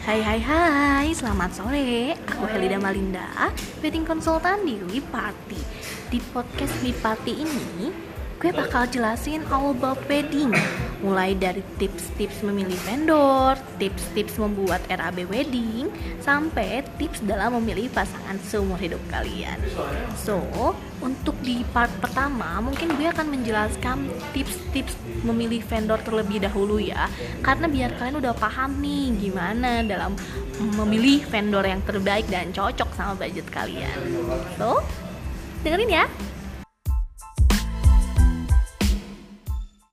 Hai, selamat sore. Aku Helida Malinda, wedding consultant di Wipati. Di podcast Wipati ini, gue bakal jelasin all about wedding. Mulai dari tips-tips memilih vendor, tips-tips membuat RAB wedding, sampai tips dalam memilih pasangan seumur hidup kalian. So, untuk di part pertama, mungkin gue akan menjelaskan tips-tips memilih vendor terlebih dahulu ya. Karena biar kalian udah paham nih gimana dalam memilih vendor yang terbaik dan cocok sama budget kalian. So, dengerin ya.